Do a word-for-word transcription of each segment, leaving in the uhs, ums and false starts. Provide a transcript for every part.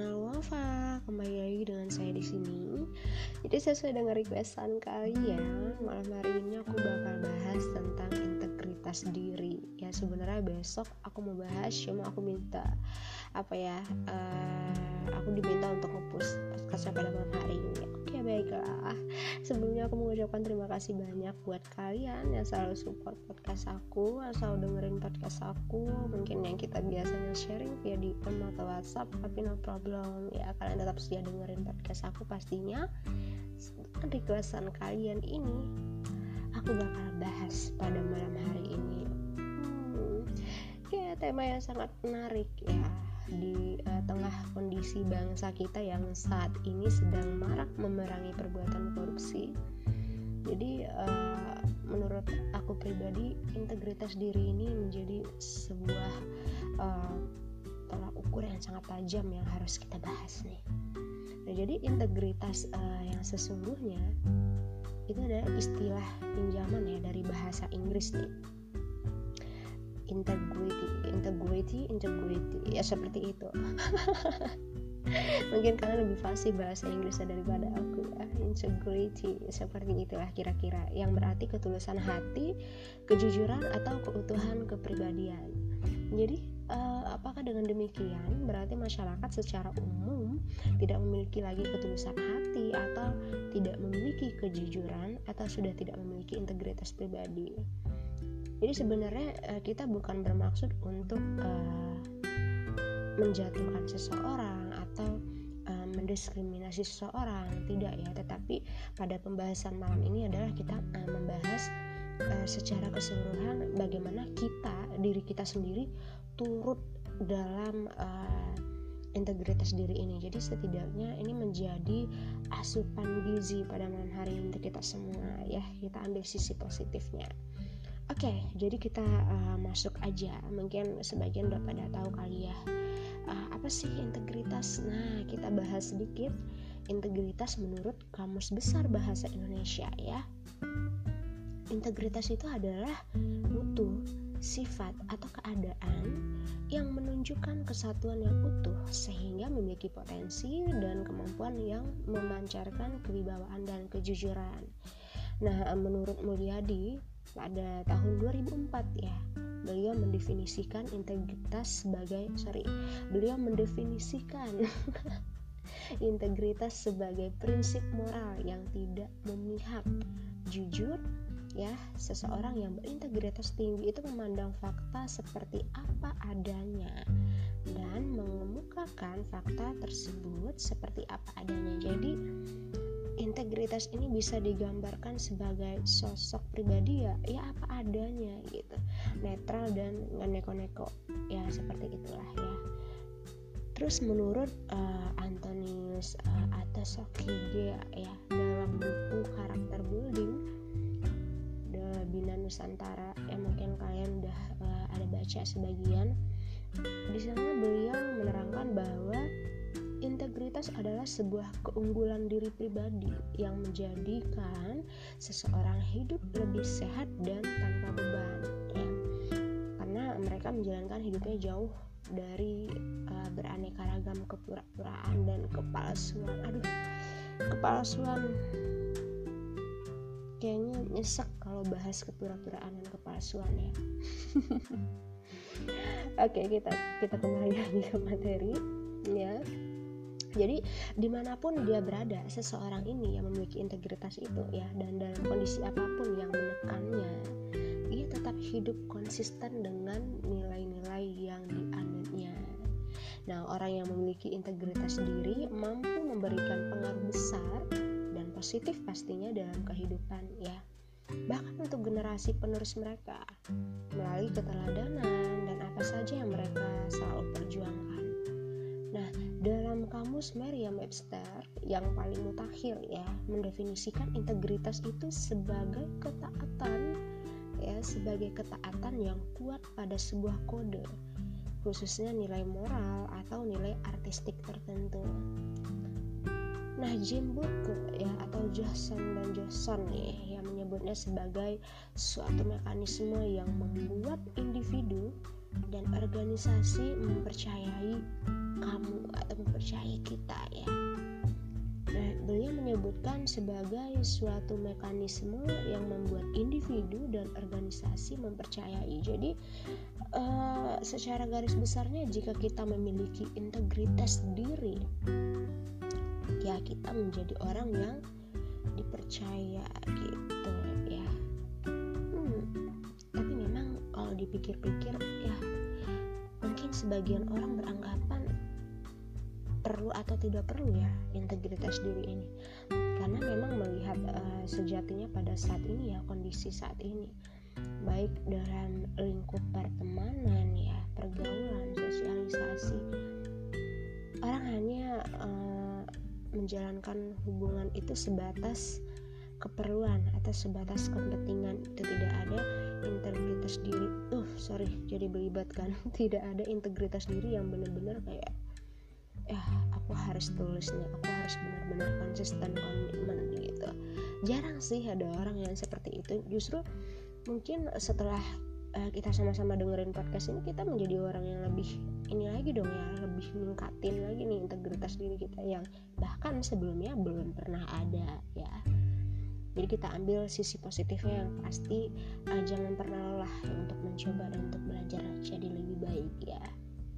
Channel Wafa, kembali lagi dengan saya di sini. Jadi sesuai dengan requestan kalian, malam hari ini aku bakal bahas tentang integritas diri. Ya sebenarnya besok aku mau bahas, cuma aku minta apa ya? Uh, aku diminta untuk nge-post podcastnya pada malam hari ini. Oke baiklah. Sebelumnya aku mengucapkan terima kasih banyak buat kalian yang selalu support podcast aku, yang selalu dengerin podcast aku. Mungkin yang kita biasanya sharing via D M atau WhatsApp, tapi no problem ya, kalian tetap setia dengerin podcast aku pastinya. Requestan kalian ini aku bakal bahas pada malam hari ini. Hmm, ya tema yang sangat menarik ya di uh, tengah kondisi bangsa kita yang saat ini sedang marak memerangi perbuatan korupsi. Jadi uh, menurut aku pribadi, integritas diri ini menjadi sebuah uh, tolak ukur yang sangat tajam yang harus kita bahas nih. Nah, jadi integritas uh, yang sesungguhnya itu adalah istilah pinjaman ya dari bahasa Inggris nih. Integrity, integrity, integrity, ya seperti itu. Mungkin kalian lebih fasih bahasa Inggrisnya daripada aku ya. Integrity, seperti itulah kira-kira, yang berarti ketulusan hati, kejujuran atau keutuhan kepribadian. Jadi uh, apakah dengan demikian berarti masyarakat secara umum tidak memiliki lagi ketulusan hati atau tidak memiliki kejujuran atau sudah tidak memiliki integritas pribadi? Jadi sebenarnya uh, kita bukan bermaksud untuk uh, menjatuhkan seseorang atau uh, mendiskriminasi seseorang, tidak ya. Tetapi pada pembahasan malam ini adalah kita uh, membahas uh, secara keseluruhan bagaimana kita, diri kita sendiri turut dalam uh, integritas diri ini. Jadi setidaknya ini menjadi asupan gizi pada malam hari ini untuk kita semua ya. Kita ambil sisi positifnya. Oke, okay, jadi kita uh, masuk aja. Mungkin sebagian udah pada tahu kali ya, uh, apa sih integritas? Nah, kita bahas sedikit integritas menurut Kamus Besar Bahasa Indonesia ya. Integritas itu adalah mutu, sifat atau keadaan yang menunjukkan kesatuan yang utuh sehingga memiliki potensi dan kemampuan yang memancarkan kewibawaan dan kejujuran. Nah, menurut Mulyadi pada tahun dua ribu empat ya, beliau mendefinisikan integritas sebagai sorry, beliau mendefinisikan integritas sebagai prinsip moral yang tidak memihak, jujur ya. Seseorang yang berintegritas tinggi itu memandang fakta seperti apa adanya dan mengemukakan fakta tersebut seperti apa adanya. Jadi integritas ini bisa digambarkan sebagai sosok pribadi ya, ya apa adanya gitu, netral dan nggak neko-neko ya, seperti itulah ya. Terus menurut uh, Antonius uh, Atasokige ya, dalam buku Karakter Building The Bina Nusantara yang mungkin kalian udah uh, ada baca sebagian, di sana beliau menerangkan bahwa integritas adalah sebuah keunggulan diri pribadi yang menjadikan seseorang hidup lebih sehat dan tanpa beban ya. Karena mereka menjalankan hidupnya jauh dari uh, beraneka ragam kepura-puraan dan kepalsuan. Aduh, kepalsuan kayaknya nyesek kalau bahas kepura-puraan dan kepalsuan ya. Oke, kita kita kembali lagi ke materi ya. Jadi dimanapun dia berada, seseorang ini yang memiliki integritas itu ya, dan dalam kondisi apapun yang menekannya, ia tetap hidup konsisten dengan nilai-nilai yang dianutnya. Nah, orang yang memiliki integritas diri mampu memberikan pengaruh besar dan positif pastinya dalam kehidupan ya, bahkan untuk generasi penerus mereka melalui keteladanan dan apa saja yang mereka selalu perjuangkan. Nah, dalam kamus Merriam-Webster yang paling mutakhir ya, mendefinisikan integritas itu sebagai ketaatan ya, sebagai ketaatan yang kuat pada sebuah kode, khususnya nilai moral atau nilai artistik tertentu. Nah, Jim Butler ya atau Johnson dan Johnson ya, yang menyebutnya sebagai suatu mekanisme yang membuat individu dan organisasi mempercayai kamu atau mempercayai mempercayai kita ya. Nah, beliau menyebutkan sebagai suatu mekanisme yang membuat individu dan organisasi mempercayai. Jadi uh, secara garis besarnya jika kita memiliki integritas diri, ya kita menjadi orang yang dipercaya gitu ya. Hmm, tapi memang kalau dipikir-pikir ya mungkin sebagian orang beranggapan perlu atau tidak perlu ya integritas diri ini, karena memang melihat uh, sejatinya pada saat ini ya, kondisi saat ini baik dalam lingkup pertemanan ya, pergaulan, sosialisasi, orang hanya uh, menjalankan hubungan itu sebatas keperluan atau sebatas kepentingan, itu tidak ada integritas diri. Uh sorry jadi belibet kan tidak ada integritas diri yang benar-benar kayak ya aku harus tulus nih, aku harus benar-benar konsisten komitmen gitu. Jarang sih ada orang yang seperti itu. Justru mungkin setelah uh, kita sama-sama dengerin podcast ini, kita menjadi orang yang lebih ini lagi dong ya, lebih ningkatin lagi nih integritas diri kita yang bahkan sebelumnya belum pernah ada ya. Jadi kita ambil sisi positifnya yang pasti, uh, jangan pernah lelah untuk mencoba dan untuk belajar jadi lebih baik ya.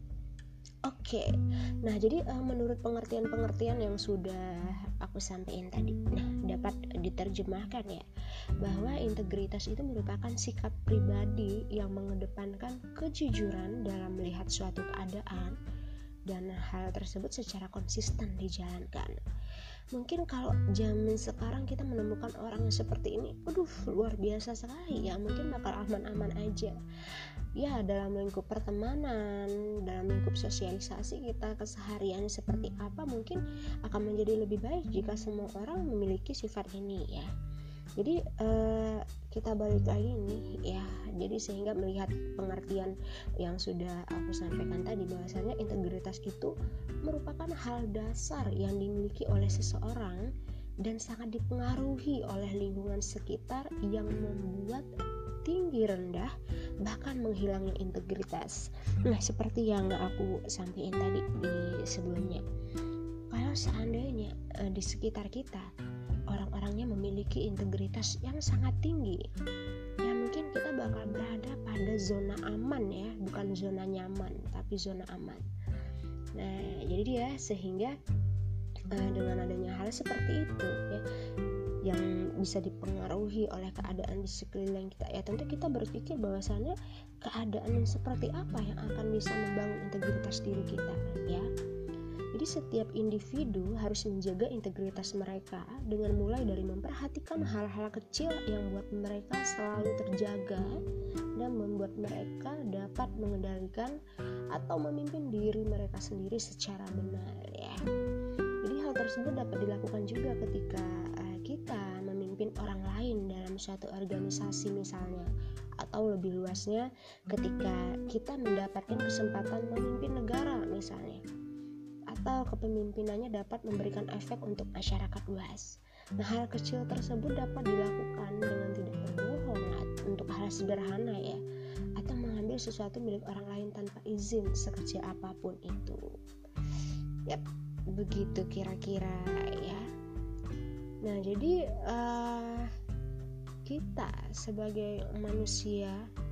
Oke, okay. Nah jadi uh, menurut pengertian-pengertian yang sudah aku sampaikan tadi, nah dapat diterjemahkan ya bahwa integritas itu merupakan sikap pribadi yang mengedepankan kejujuran dalam melihat suatu keadaan dan hal tersebut secara konsisten dijalankan. Mungkin kalau zaman sekarang kita menemukan orang yang seperti ini, aduh luar biasa sekali ya, mungkin bakal aman-aman aja ya dalam lingkup pertemanan, dalam lingkup sosialisasi kita keseharian seperti apa, mungkin akan menjadi lebih baik jika semua orang memiliki sifat ini ya. Jadi uh, kita balik lagi nih ya, jadi sehingga melihat pengertian yang sudah aku sampaikan tadi, bahwasanya integritas itu merupakan hal dasar yang dimiliki oleh seseorang dan sangat dipengaruhi oleh lingkungan sekitar yang membuat tinggi rendah bahkan menghilangnya integritas. Nah seperti yang aku sampaikan tadi di sebelumnya, kalau seandainya uh, di sekitar kita orang-orangnya memiliki integritas yang sangat tinggi, ya mungkin kita bakal berada pada zona aman ya, bukan zona nyaman tapi zona aman. Nah jadi dia sehingga uh, dengan adanya hal seperti itu ya, yang bisa dipengaruhi oleh keadaan di sekeliling kita, ya tentu kita berpikir bahwasannya keadaan yang seperti apa yang akan bisa membangun integritas diri kita ya. Jadi setiap individu harus menjaga integritas mereka dengan mulai dari memperhatikan hal-hal kecil yang membuat mereka selalu terjaga dan membuat mereka dapat mengendalikan atau memimpin diri mereka sendiri secara benar ya. Jadi hal tersebut dapat dilakukan juga ketika uh, kita memimpin orang lain dalam suatu organisasi misalnya, atau lebih luasnya ketika kita mendapatkan kesempatan memimpin negara misalnya, atau kepemimpinannya dapat memberikan efek untuk masyarakat luas. Nah hal kecil tersebut dapat dilakukan dengan tidak berbohong untuk hal sederhana ya, atau mengambil sesuatu milik orang lain tanpa izin sekecil apapun itu. Yap, begitu kira-kira ya. Nah jadi uh, kita sebagai manusia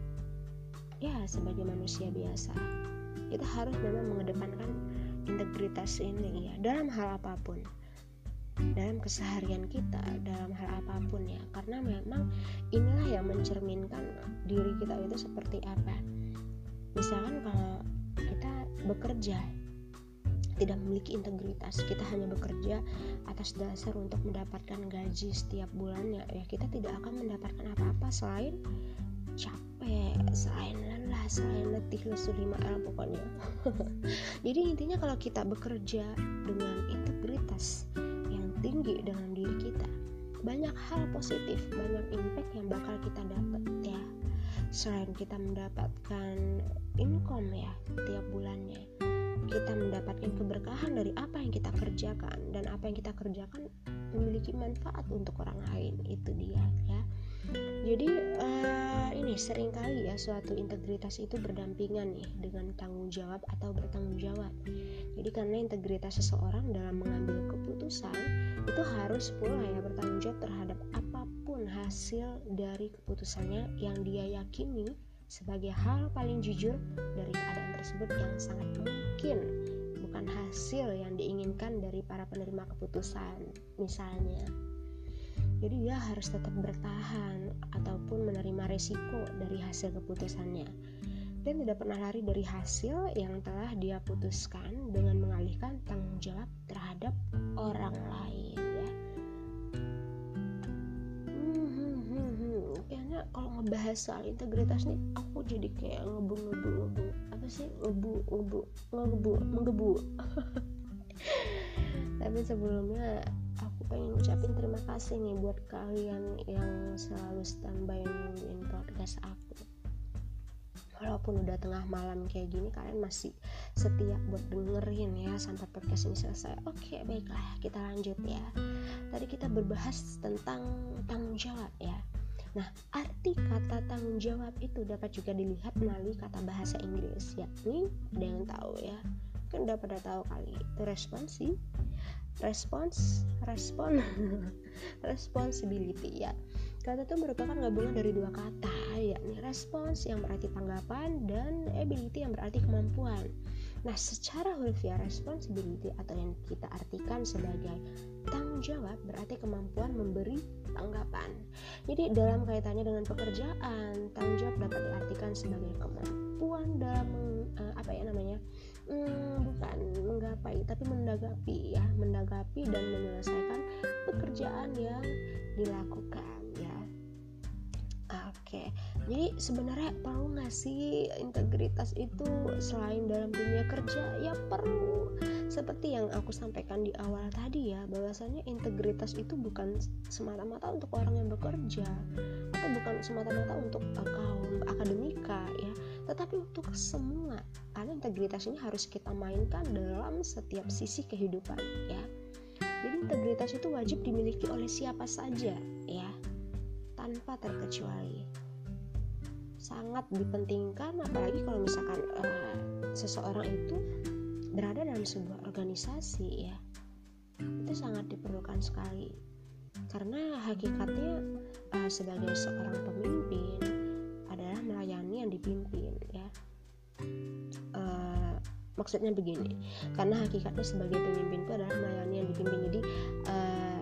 ya, sebagai manusia biasa, kita harus memang mengedepankan integritas ini ya dalam hal apapun, dalam keseharian kita, dalam hal apapun ya, karena memang inilah yang mencerminkan diri kita itu seperti apa. Misalkan kalau kita bekerja tidak memiliki integritas, kita hanya bekerja atas dasar untuk mendapatkan gaji setiap bulannya ya, kita tidak akan mendapatkan apa-apa selain capek, selain lelah, selain letih, lesu lima L pokoknya. Jadi intinya kalau kita bekerja dengan integritas yang tinggi dengan diri kita, banyak hal positif, banyak impact yang bakal kita dapat ya. Selain kita mendapatkan income ya tiap bulannya, kita mendapatkan keberkahan dari apa yang kita kerjakan, dan apa yang kita kerjakan memiliki manfaat untuk orang lain, itu dia ya. Jadi uh, ini seringkali ya suatu integritas itu berdampingan nih dengan tanggung jawab atau bertanggung jawab. Jadi karena integritas seseorang dalam mengambil keputusan itu harus pula ya bertanggung jawab terhadap apapun hasil dari keputusannya yang dia yakini sebagai hal paling jujur dari keadaan tersebut yang sangat mungkin bukan hasil yang diinginkan dari para penerima keputusan misalnya. Jadi dia harus tetap bertahan ataupun menerima resiko dari hasil keputusannya dan tidak pernah lari dari hasil yang telah dia putuskan dengan mengalihkan tanggung jawab terhadap orang lain ya. Hmm, hmm, hmm, hmm. Kayaknya kalau ngebahas soal integritas nih aku jadi kayak ngebu-ngebu-ngebu apa sih ngebu-ngebu ngebu menggebu. Tapi sebelumnya aku pengen ucapin terima kasih nih buat kalian yang selalu standby nungguin podcast aku. Walaupun udah tengah malam kayak gini, kalian masih setia buat dengerin ya sampai podcast ini selesai. Oke, baiklah, kita lanjut ya. Tadi kita berbahas tentang tanggung jawab ya. Nah, arti kata tanggung jawab itu dapat juga dilihat melalui kata bahasa Inggris, yakni ada yang tahu ya. Kan udah pada tahu kali, itu responsi. Response, respon, responsibility ya. Kata itu merupakan gabungan dari dua kata, yakni response yang berarti tanggapan dan ability yang berarti kemampuan. Nah, secara hulfiah responsibility atau yang kita artikan sebagai tanggung jawab berarti kemampuan memberi tanggapan. Jadi dalam kaitannya dengan pekerjaan, tanggung jawab dapat diartikan sebagai kemampuan dalam uh, apa ya namanya? Hmm, bukan menggapai tapi menanggapi ya, menanggapi dan menyelesaikan pekerjaan yang dilakukan ya. Oke, jadi sebenarnya perlu nggak sih integritas itu selain dalam dunia kerja? Ya perlu. Seperti yang aku sampaikan di awal tadi ya, bahwasanya integritas itu bukan semata-mata untuk orang yang bekerja atau bukan semata-mata untuk uh, kaum akademika ya, tetapi untuk semua. Karena integritas ini harus kita mainkan dalam setiap sisi kehidupan ya. Jadi integritas itu wajib dimiliki oleh siapa saja ya, tanpa terkecuali. Sangat dipentingkan apalagi kalau misalkan uh, seseorang itu berada dalam sebuah organisasi ya. Itu sangat diperlukan sekali. Karena hakikatnya uh, sebagai seorang pemimpin adalah melayani yang dipimpin ya. Uh, maksudnya begini, karena hakikatnya sebagai pemimpin itu adalah melayani yang dipimpin. Jadi uh,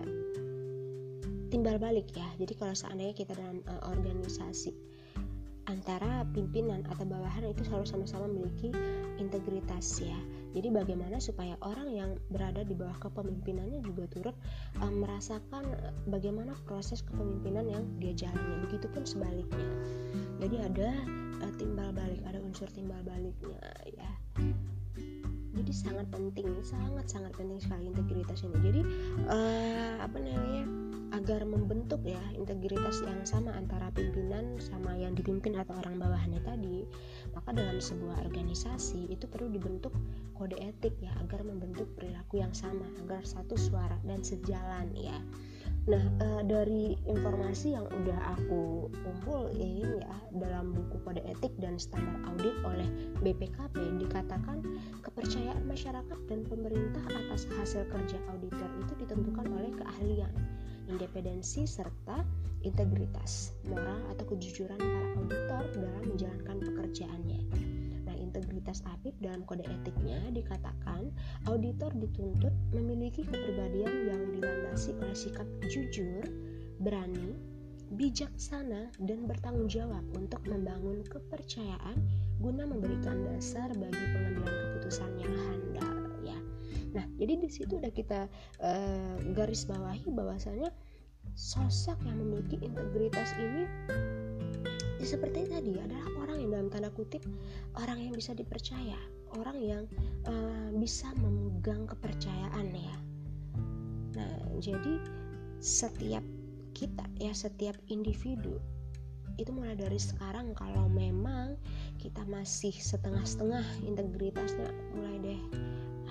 timbal balik ya. Jadi kalau seandainya kita dalam uh, organisasi, antara pimpinan atau bawahan itu selalu sama-sama memiliki integritas ya. Jadi bagaimana supaya orang yang berada di bawah kepemimpinannya juga turut um, merasakan bagaimana proses kepemimpinan yang dia jalani. Begitupun sebaliknya. Jadi ada uh, timbal balik, ada unsur timbal baliknya ya. Jadi sangat penting, sangat-sangat penting sekali integritas ini. Jadi uh, apa namanya? Agar membentuk ya integritas yang sama antara pimpinan sama yang dipimpin atau orang bawahannya tadi, maka dalam sebuah organisasi itu perlu dibentuk kode etik ya, agar membentuk perilaku yang sama, agar satu suara dan sejalan ya. Nah e, dari informasi yang udah aku kumpulin ya dalam buku kode etik dan standar audit oleh B P K P, dikatakan kepercayaan masyarakat dan pemerintah atas hasil kerja auditor itu ditentukan oleh keahlian, independensi serta integritas moral atau kejujuran para auditor dalam menjalankan pekerjaannya. Nah, integritas A P I P dalam kode etiknya dikatakan auditor dituntut memiliki kepribadian yang dilandasi oleh sikap jujur, berani, bijaksana, dan bertanggung jawab untuk membangun kepercayaan guna memberikan dasar bagi pengambilan keputusan yang handal ya. Nah, jadi di situ udah kita uh, garis bawahi bahwasanya sosok yang memiliki integritas ini ya seperti tadi adalah orang yang dalam tanda kutip orang yang bisa dipercaya, orang yang uh, bisa memegang kepercayaan ya. Nah, jadi setiap kita ya, setiap individu itu mulai dari sekarang kalau memang kita masih setengah-setengah integritasnya, mulai deh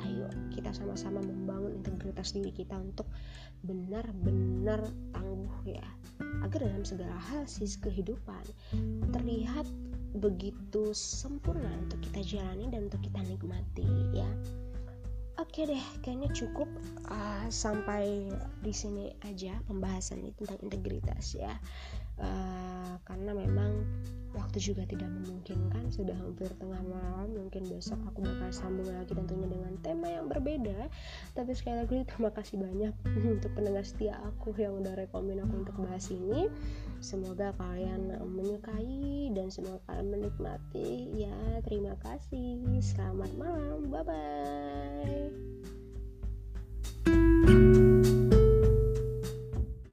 ayo kita sama-sama membangun integritas diri kita untuk benar-benar tangguh ya, agar dalam segala hal sisi kehidupan terlihat begitu sempurna untuk kita jalani dan untuk kita nikmati ya. Oke deh, kayaknya cukup uh, sampai di sini aja pembahasan ini tentang integritas ya. Uh, karena memang waktu juga tidak memungkinkan, sudah hampir tengah malam. Mungkin besok aku bakal sambung lagi tentunya dengan tema yang berbeda. Tapi sekali lagi terima kasih banyak untuk pendengar setia aku yang udah rekomen aku untuk bahas ini. Semoga kalian menyukai dan semoga kalian menikmati ya. Terima kasih, selamat malam, bye bye.